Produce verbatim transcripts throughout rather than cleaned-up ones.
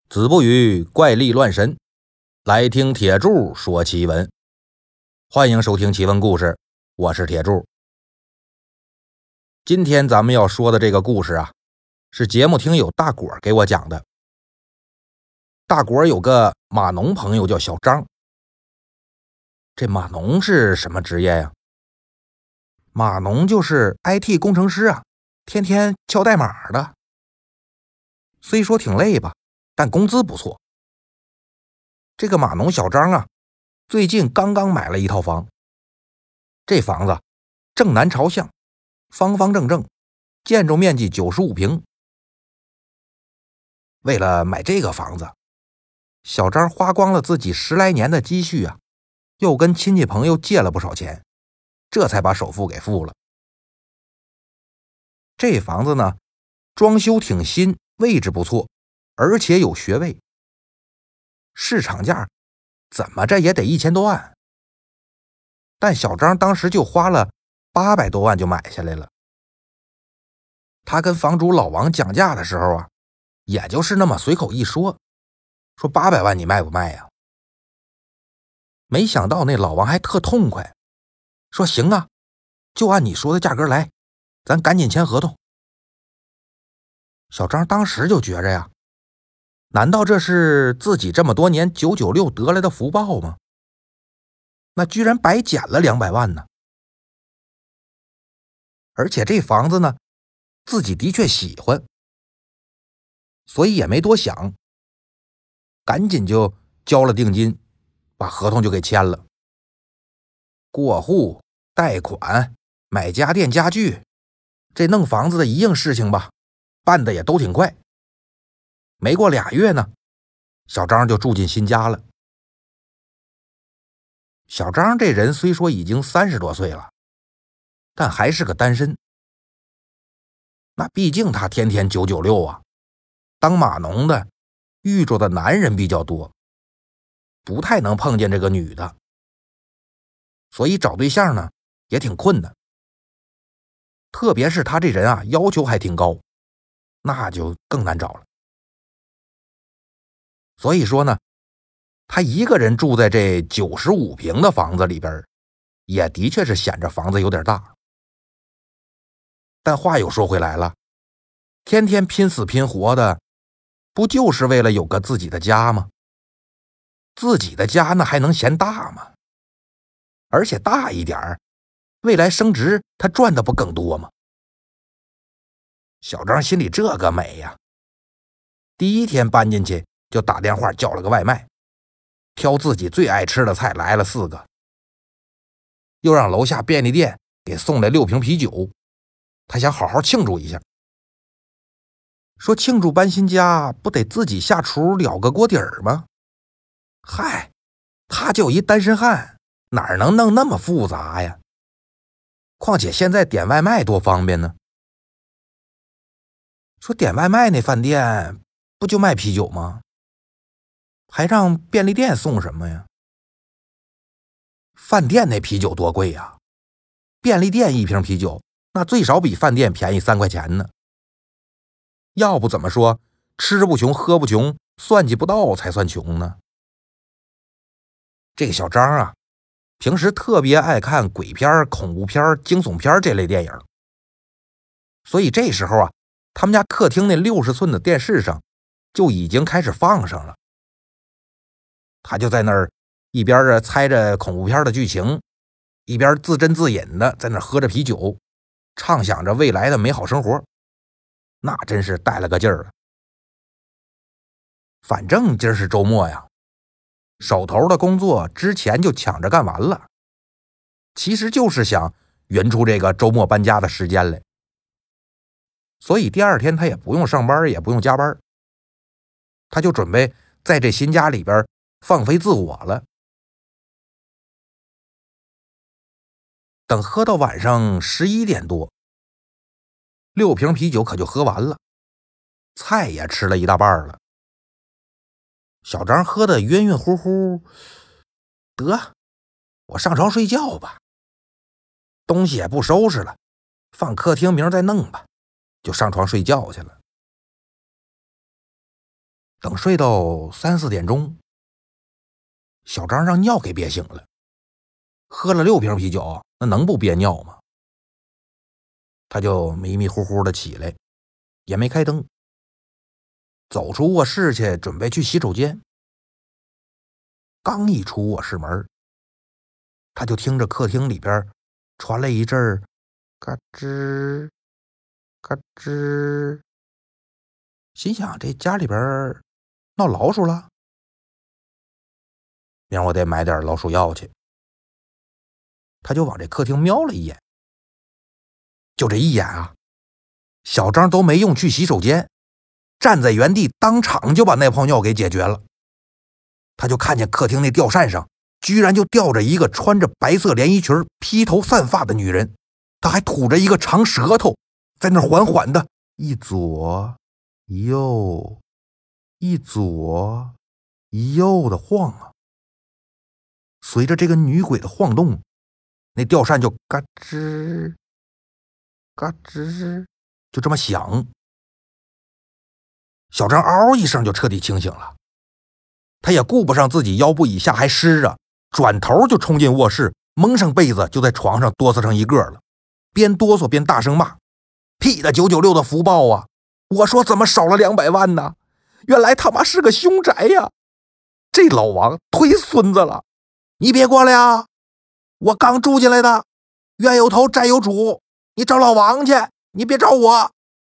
子不语怪力乱神，来听铁柱说奇闻。欢迎收听奇闻故事，我是铁柱。今天咱们要说的这个故事啊，是节目听友大果给我讲的。大果有个码农朋友叫小张。这码农是什么职业呀？码农就是 I T 工程师啊，天天敲代码的。虽说挺累吧，但工资不错。这个码农小张啊，最近刚刚买了一套房。这房子正南朝向，方方正正，建筑面积九十五平。为了买这个房子，小张花光了自己十来年的积蓄啊，又跟亲戚朋友借了不少钱，这才把首付给付了。这房子呢，装修挺新，位置不错，而且有学位。市场价怎么着也得一千多万，但小张当时就花了八百多万就买下来了。他跟房主老王讲价的时候啊，也就是那么随口一说，说八百万你卖不卖呀？没想到那老王还特痛快，说行啊，就按你说的价格来，咱赶紧签合同。小张当时就觉着呀，难道这是自己这么多年九九六得来的福报吗？那居然白捡了两百万呢！而且这房子呢，自己的确喜欢，所以也没多想，赶紧就交了定金，把合同就给签了。过户、贷款、买家电家具，这弄房子的一应事情吧，办的也都挺快。没过俩月呢，小张就住进新家了。小张这人虽说已经三十多岁了，但还是个单身。那毕竟他天天九九六啊，当码农的遇着的男人比较多，不太能碰见这个女的，所以找对象呢也挺困难。特别是他这人啊，要求还挺高，那就更难找了。所以说呢，他一个人住在这九十五平的房子里边，也的确是显着房子有点大。但话又说回来了，天天拼死拼活的，不就是为了有个自己的家吗？自己的家那还能嫌大吗？而且大一点，未来升职他赚的不更多吗？小张心里这个美呀！第一天搬进去就打电话叫了个外卖，挑自己最爱吃的菜来了四个，又让楼下便利店给送来六瓶啤酒，他想好好庆祝一下。说庆祝搬新家不得自己下厨了个锅底儿吗？嗨，他就一单身汉，哪能弄那么复杂呀？况且现在点外卖多方便呢。说点外卖那饭店不就卖啤酒吗？还让便利店送什么呀？饭店那啤酒多贵呀，便利店一瓶啤酒那最少比饭店便宜三块钱呢。要不怎么说吃不穷喝不穷，算计不到才算穷呢？这个小张啊，平时特别爱看鬼片、恐怖片、惊悚片这类电影，所以这时候啊，他们家客厅那六十寸的电视上就已经开始放上了。他就在那儿一边猜着恐怖片的剧情，一边自斟自饮的在那儿喝着啤酒，畅想着未来的美好生活，那真是带了个劲儿了。反正今儿是周末呀，手头的工作之前就抢着干完了，其实就是想匀出这个周末搬家的时间来。所以第二天他也不用上班，也不用加班，他就准备在这新家里边放飞自我了。等喝到晚上十一点多，六瓶啤酒可就喝完了，菜也吃了一大半了。小张喝得晕晕乎乎，得，我上床睡觉吧，东西也不收拾了，放客厅明儿再弄吧，就上床睡觉去了。 等睡到三四点钟，小张让尿给憋醒了，喝了六瓶啤酒，那能不憋尿吗？他就迷迷糊糊的起来，也没开灯，走出卧室去，准备去洗手间。刚一出卧室门，他就听着客厅里边传来一阵嘎吱嘎吱，心想这家里边闹老鼠了，明儿我得买点老鼠药去。他就往这客厅瞄了一眼，就这一眼啊，小张都没用去洗手间，站在原地当场就把那泡尿给解决了。他就看见客厅那吊扇上居然就吊着一个穿着白色连衣裙披头散发的女人，她还吐着一个长舌头，在那缓缓的一左一右一左一右的晃啊。随着这个女鬼的晃动，那吊扇就嘎吱嘎吱就这么响。小张嗷一声就彻底清醒了，他也顾不上自己腰部以下还湿着，转头就冲进卧室，蒙上被子就在床上哆嗦成一个了，边哆嗦边大声骂：屁的九九六的福报啊，我说怎么少了两百万呢？原来他妈是个凶宅呀！这老王忒孙子了，你别过来啊，我刚住进来的，冤有头债有主，你找老王去，你别找我。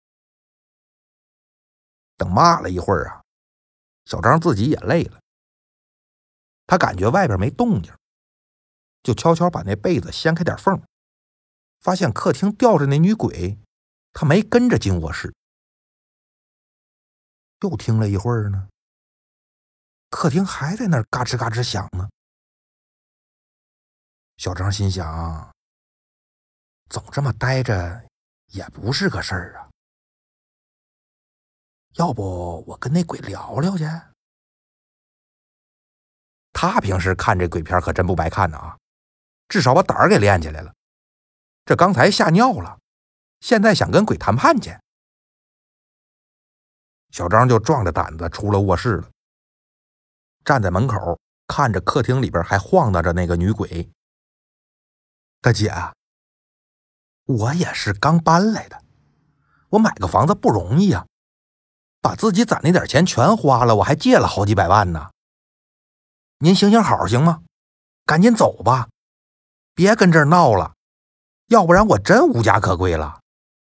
等骂了一会儿啊，小张自己也累了，他感觉外边没动静，就悄悄把那被子掀开点缝，发现客厅吊着那女鬼，他没跟着进卧室。又听了一会儿呢，客厅还在那儿嘎吱嘎吱响呢。小张心想，总这么待着也不是个事儿啊，要不我跟那鬼聊聊去。他平时看这鬼片可真不白看呢啊，至少把胆儿给练起来了。这刚才吓尿了，现在想跟鬼谈判去。小张就壮着胆子出了卧室了，站在门口看着客厅里边还晃荡着那个女鬼。大姐，我也是刚搬来的，我买个房子不容易啊，把自己攒那点钱全花了，我还借了好几百万呢。您行行好行吗？赶紧走吧，别跟这儿闹了，要不然我真无家可归了。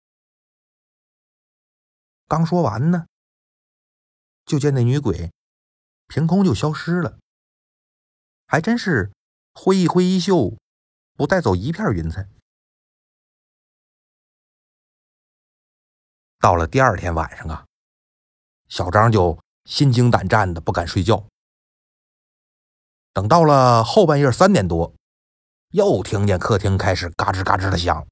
刚说完呢，就见那女鬼凭空就消失了，还真是挥一挥衣袖，不带走一片云彩。到了第二天晚上啊，小张就心惊胆战的不敢睡觉。等到了后半夜三点多，又听见客厅开始嘎吱嘎吱的响。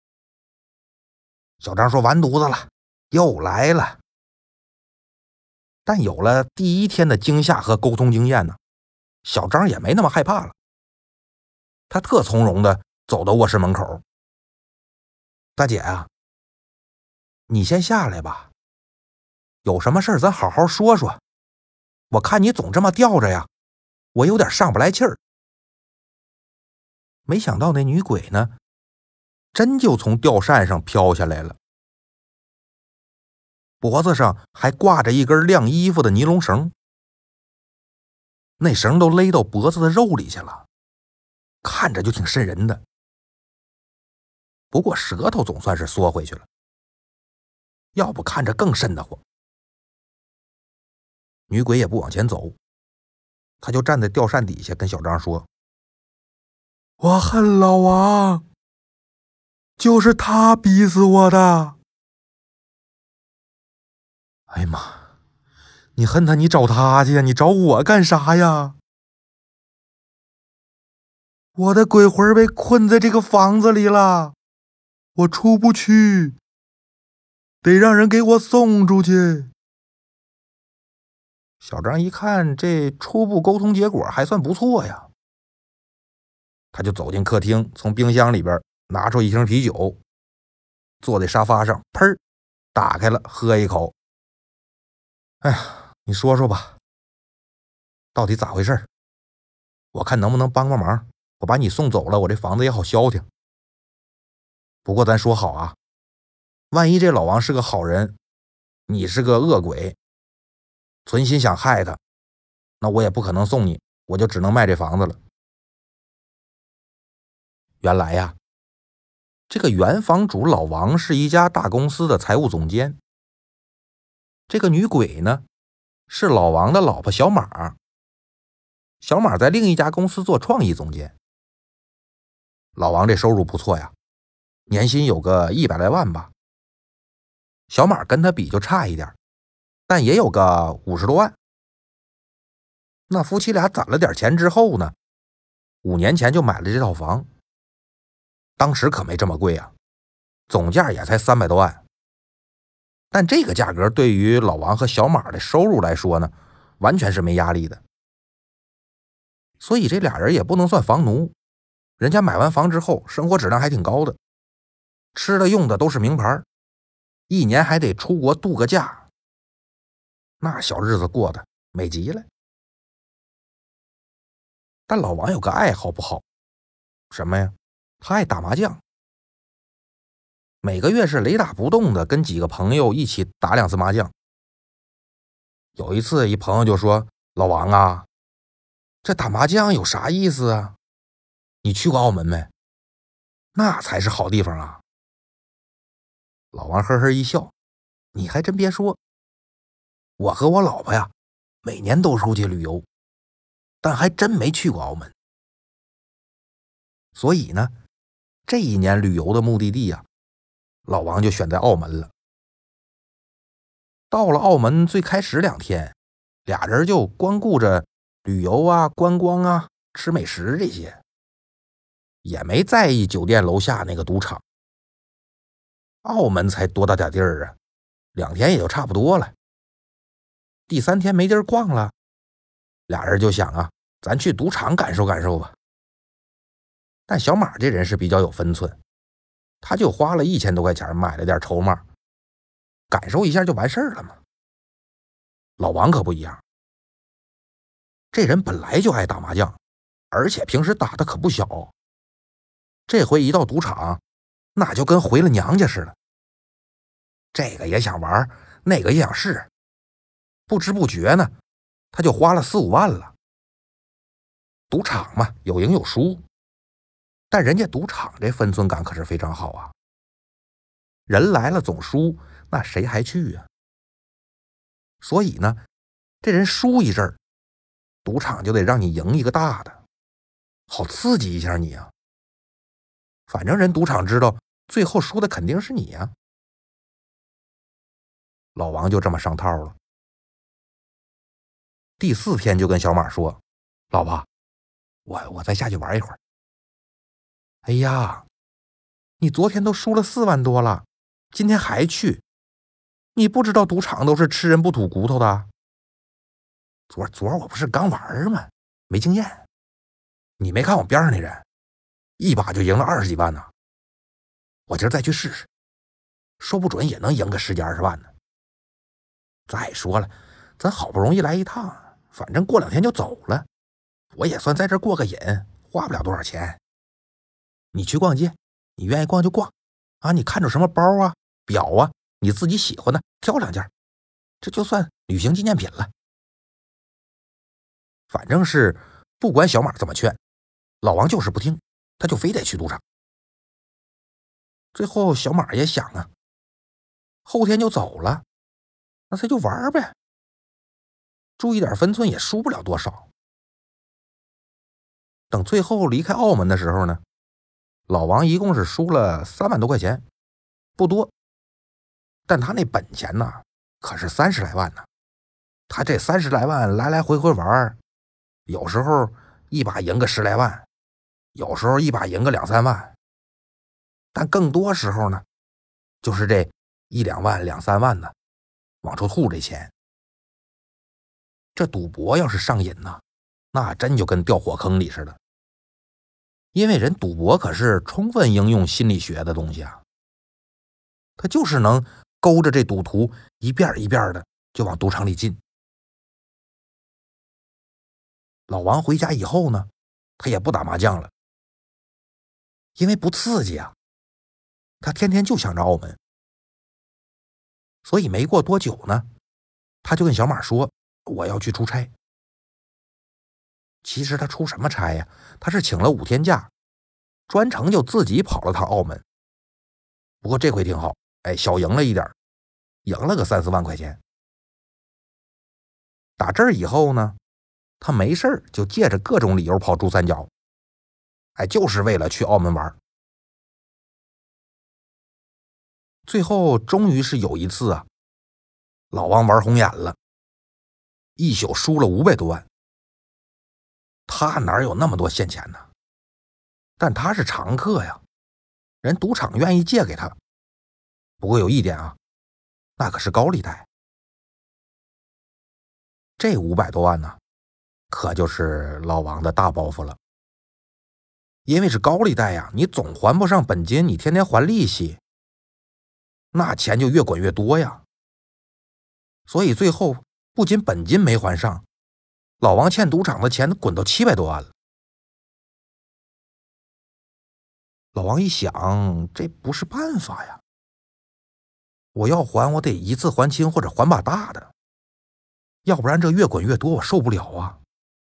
小张说完犊子了，又来了。但有了第一天的惊吓和沟通经验呢，小张也没那么害怕了。他特从容的走到卧室门口。大姐啊，你先下来吧，有什么事儿咱好好说说，我看你总这么吊着呀，我有点上不来气儿。没想到那女鬼呢，真就从吊扇上飘下来了，脖子上还挂着一根晾衣服的尼龙绳，那绳都勒到脖子的肉里去了，看着就挺瘆人的。不过舌头总算是缩回去了，要不看着更瘆得慌。女鬼也不往前走，她就站在吊扇底下跟小张说：我恨老王，就是他逼死我的。哎呀妈，你恨他你找他去呀，你找我干啥呀？我的鬼魂被困在这个房子里了，我出不去，得让人给我送出去。小张一看这初步沟通结果还算不错呀，他就走进客厅，从冰箱里边拿出一瓶啤酒，坐在沙发上，砰，打开了喝一口。哎呀， 你说说吧，到底咋回事？我看能不能帮帮忙，我把你送走了，我这房子也好消停。不过咱说好啊，万一这老王是个好人，你是个恶鬼，存心想害他，那我也不可能送你，我就只能卖这房子了。原来呀，这个原房主老王是一家大公司的财务总监，这个女鬼呢是老王的老婆小马，小马在另一家公司做创意总监。老王这收入不错呀，年薪有个一百来万吧。小马跟他比就差一点，但也有个五十多万。那夫妻俩攒了点钱之后呢，五年前就买了这套房。当时可没这么贵啊，总价也才三百多万。但这个价格对于老王和小马的收入来说呢，完全是没压力的。所以这俩人也不能算房奴，人家买完房之后生活质量还挺高的，吃的用的都是名牌，一年还得出国度个假，那小日子过得美极了。但老王有个爱好不好，什么呀？他爱打麻将，每个月是雷打不动的跟几个朋友一起打两次麻将。有一次一朋友就说，老王啊，这打麻将有啥意思啊？你去过澳门没？那才是好地方啊。老王呵呵一笑，你还真别说，我和我老婆呀每年都出去旅游，但还真没去过澳门。所以呢，这一年旅游的目的地呀，老王就选在澳门了。到了澳门最开始两天，俩人就光顾着旅游啊、观光啊、吃美食这些，也没在意酒店楼下那个赌场。澳门才多大点地儿啊，两天也就差不多了。第三天没地儿逛了，俩人就想啊，咱去赌场感受感受吧。但小马这人是比较有分寸，他就花了一千多块钱买了点筹码，感受一下就完事儿了嘛。老王可不一样，这人本来就爱打麻将，而且平时打的可不小。这回一到赌场，那就跟回了娘家似的，这个也想玩，那个也想试，不知不觉呢，他就花了四五万了。赌场嘛，有赢有输，但人家赌场这分寸感可是非常好啊。人来了总输，那谁还去啊？所以呢，这人输一阵儿，赌场就得让你赢一个大的，好刺激一下你啊。反正人赌场知道最后输的肯定是你呀。老王就这么上套了。第四天就跟小马说，老婆，我我再下去玩一会儿。哎呀，你昨天都输了四万多了，今天还去？你不知道赌场都是吃人不吐骨头的。昨昨儿我不是刚玩吗？没经验。你没看我边上那人，一把就赢了二十几万呢。我今儿再去试试，说不准也能赢个十几二十万呢。再说了，咱好不容易来一趟，反正过两天就走了，我也算在这儿过个瘾，花不了多少钱。你去逛街，你愿意逛就逛啊，你看着什么包啊、表啊，你自己喜欢的挑两件，这就算旅行纪念品了。反正是不管小马怎么劝，老王就是不听，他就非得去赌场。最后小马也想啊，后天就走了，那他就玩呗，注意点分寸也输不了多少。等最后离开澳门的时候呢，老王一共是输了三万多块钱，不多，但他那本钱呢可是三十来万呢。他这三十来万来来回回玩，有时候一把赢个十来万，有时候一把赢个两三万，但更多时候呢，就是这一两万两三万呢往出吐这钱。这赌博要是上瘾呢，那真就跟掉火坑里似的。因为人赌博可是充分应用心理学的东西啊，他就是能勾着这赌徒一遍一遍的就往赌场里进， 老王回家以后呢，他也不打麻将了，因为不刺激啊，他天天就想着澳门。所以没过多久呢，他就跟小马说我要去出差。其实他出什么差呀？他是请了五天假，专程就自己跑了趟澳门。不过这回挺好，哎，小赢了一点，赢了个三四万块钱。打这儿以后呢，他没事就借着各种理由跑珠三角，哎，就是为了去澳门玩。最后终于是有一次啊，老王玩红眼了，一宿输了五百多万。他哪有那么多现钱呢？但他是常客呀，人赌场愿意借给他。不过有一点啊，那可是高利贷。这五百多万呢，可就是老王的大包袱了。因为是高利贷呀，你总还不上本金，你天天还利息，那钱就越滚越多呀。所以最后不仅本金没还上，老王欠赌场的钱滚到七百多万了。老王一想，这不是办法呀，我要还我得一次还清或者还把大的，要不然这越滚越多我受不了啊。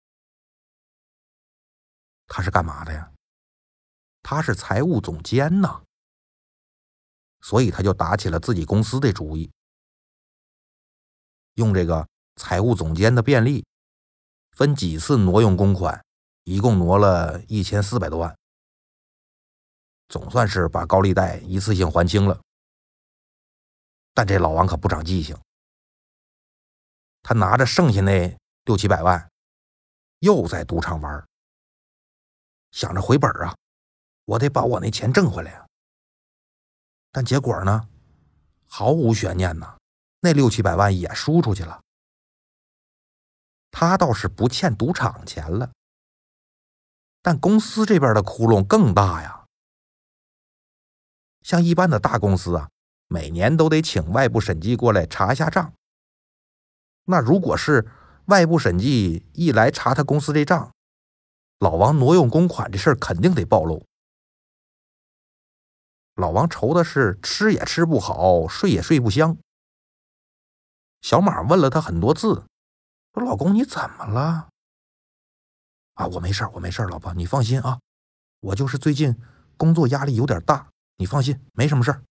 他是干嘛的呀？他是财务总监呐，所以他就打起了自己公司的主意，用这个财务总监的便利，分几次挪用公款，一共挪了一千四百多万，总算是把高利贷一次性还清了。但这老王可不长记性，他拿着剩下那六七百万，又在赌场玩，想着回本啊，我得把我那钱挣回来呀。但结果呢，毫无悬念呐，那六七百万也输出去了。他倒是不欠赌场钱了，但公司这边的窟窿更大呀。像一般的大公司啊，每年都得请外部审计过来查一下账。那如果是外部审计一来查他公司这账，老王挪用公款这事儿肯定得暴露。老王愁的是吃也吃不好，睡也睡不香。小马问了他很多次，说老公你怎么了？啊，我没事我没事老婆你放心啊，我就是最近工作压力有点大，你放心没什么事儿。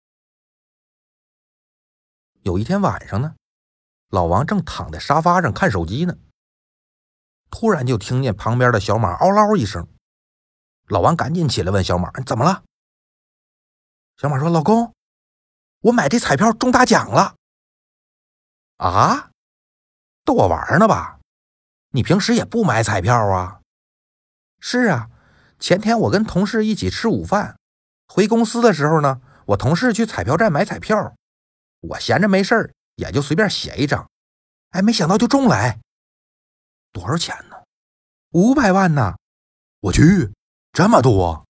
有一天晚上呢，老王正躺在沙发上看手机呢，突然就听见旁边的小马嗷唠一声。老王赶紧起来问小马，怎么了？小马说，老公，我买这彩票中大奖了。啊，逗我玩呢吧？你平时也不买彩票啊？是啊，前天我跟同事一起吃午饭，回公司的时候呢，我同事去彩票站买彩票，我闲着没事儿也就随便写一张，哎，没想到就中了。哎，多少钱呢？五百万呢。我去，这么多。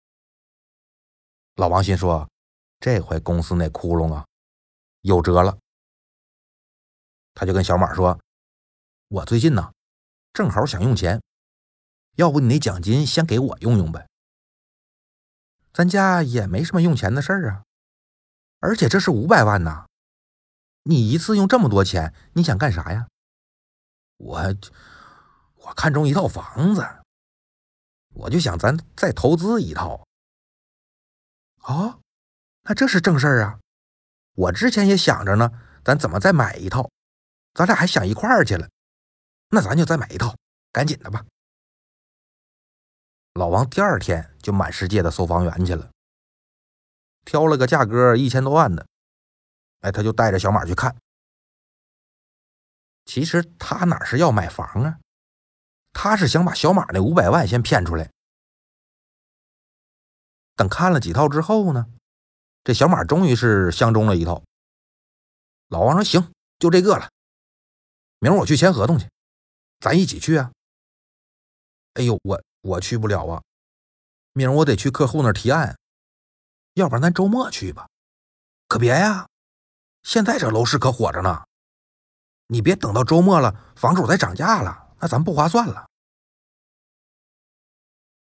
老王心说，这回公司那窟窿啊有辙了。他就跟小马说，我最近呢正好想用钱，要不你那奖金先给我用用呗。咱家也没什么用钱的事儿啊，而且这是五百万呐，你一次用这么多钱，你想干啥呀？我我看中一套房子，我就想咱再投资一套。哦，那这是正事儿啊，我之前也想着呢，咱怎么再买一套，咱俩还想一块儿去了，那咱就再买一套，赶紧的吧。老王第二天就满世界的搜房源去了，挑了个价格一千多万的，哎，他就带着小马去看。其实他哪是要买房啊，他是想把小马那五百万先骗出来。等看了几套之后呢，这小马终于是相中了一套。老王说，行，就这个了，明儿我去签合同去，咱一起去啊。哎呦，我我去不了啊，明儿我得去客户那儿提案，要不然咱周末去吧。可别呀，现在这楼市可火着呢，你别等到周末了，房主再涨价了，那咱不划算了。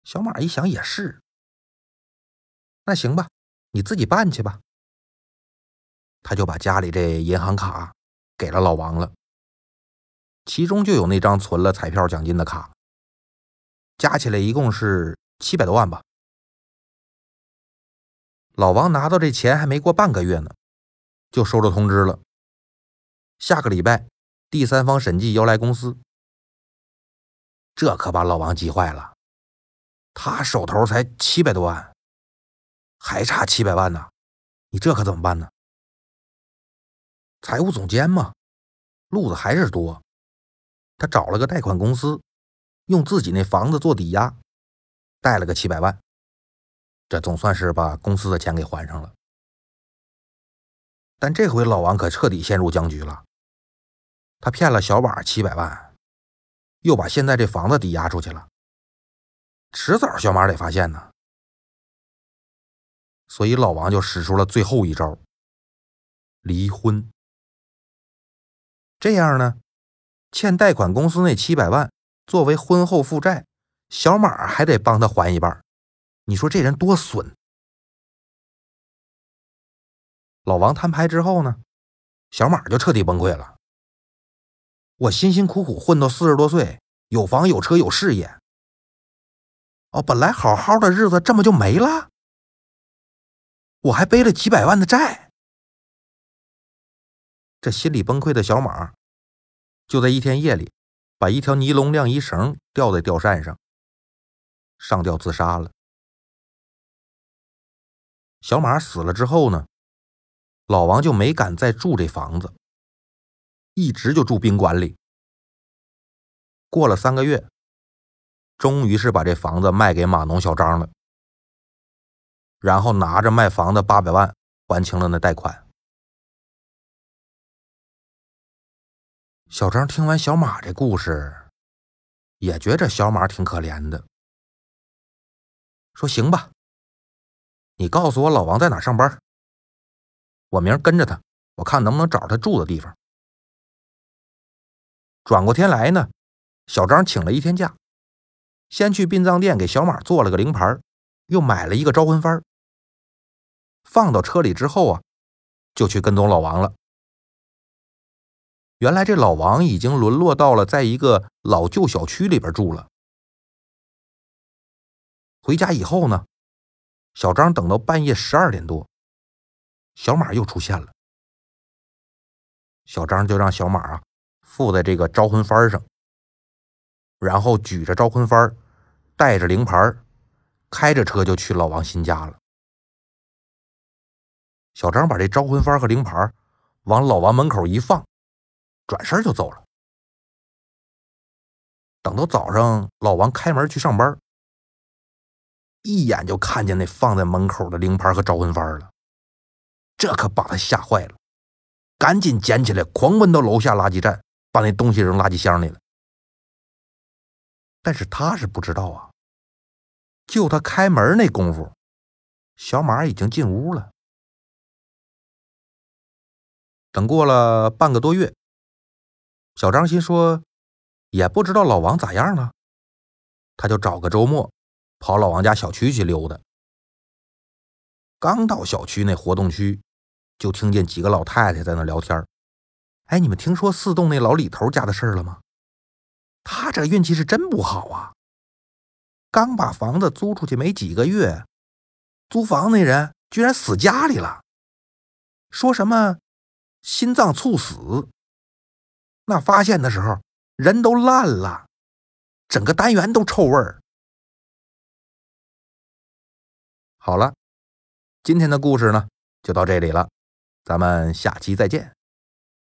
小马一想也是，那行吧，你自己办去吧。他就把家里这银行卡给了老王了，其中就有那张存了彩票奖金的卡，加起来一共是七百多万吧。老王拿到这钱还没过半个月呢，就收到通知了，下个礼拜第三方审计要来公司。这可把老王急坏了，他手头才七百多万，还差七百万呢，你这可怎么办呢？财务总监嘛，路子还是多，他找了个贷款公司，用自己那房子做抵押，贷了个七百万，这总算是把公司的钱给还上了。但这回老王可彻底陷入僵局了，他骗了小马七百万，又把现在这房子抵押出去了，迟早小马得发现呢。所以老王就使出了最后一招，离婚。这样呢，欠贷款公司那七百万作为婚后负债，小马还得帮他还一半。你说这人多损。老王摊牌之后呢，小马就彻底崩溃了。我辛辛苦苦混到四十多岁，有房有车有事业，哦，本来好好的日子这么就没了，我还背了几百万的债。这心里崩溃的小马就在一天夜里把一条尼龙晾衣绳吊在吊扇上，上吊自杀了。小马死了之后呢，老王就没敢再住这房子，一直就住宾馆里。过了三个月，终于是把这房子卖给码农小张了，然后拿着卖房的八百万还清了那贷款。小张听完小马这故事，也觉着小马挺可怜的，说行吧，你告诉我老王在哪上班，我明儿跟着他，我看能不能找他住的地方。转过天来呢，小张请了一天假，先去殡葬店给小马做了个灵牌，又买了一个招魂幡，放到车里之后啊，就去跟踪老王了。原来这老王已经沦落到了在一个老旧小区里边住了。回家以后呢，小张等到半夜十二点多，小马又出现了。小张就让小马啊附在这个招魂幡上，然后举着招魂幡，带着灵牌，开着车就去老王新家了。小张把这招魂幡和灵牌往老王门口一放，转身就走了。等到早上老王开门去上班，一眼就看见那放在门口的灵牌和招魂幡了，这可把他吓坏了，赶紧捡起来狂奔到楼下垃圾站，把那东西扔垃圾箱里了。但是他是不知道啊，就他开门那功夫，小马已经进屋了。等过了半个多月，小张心说也不知道老王咋样了，他就找个周末跑老王家小区去溜达。刚到小区那活动区，就听见几个老太太在那聊天。哎，你们听说四栋那老李头家的事了吗？他这运气是真不好啊，刚把房子租出去没几个月，租房那人居然死家里了，说什么心脏猝死，那发现的时候人都烂了，整个单元都臭味儿。好了，今天的故事呢就到这里了，咱们下期再见。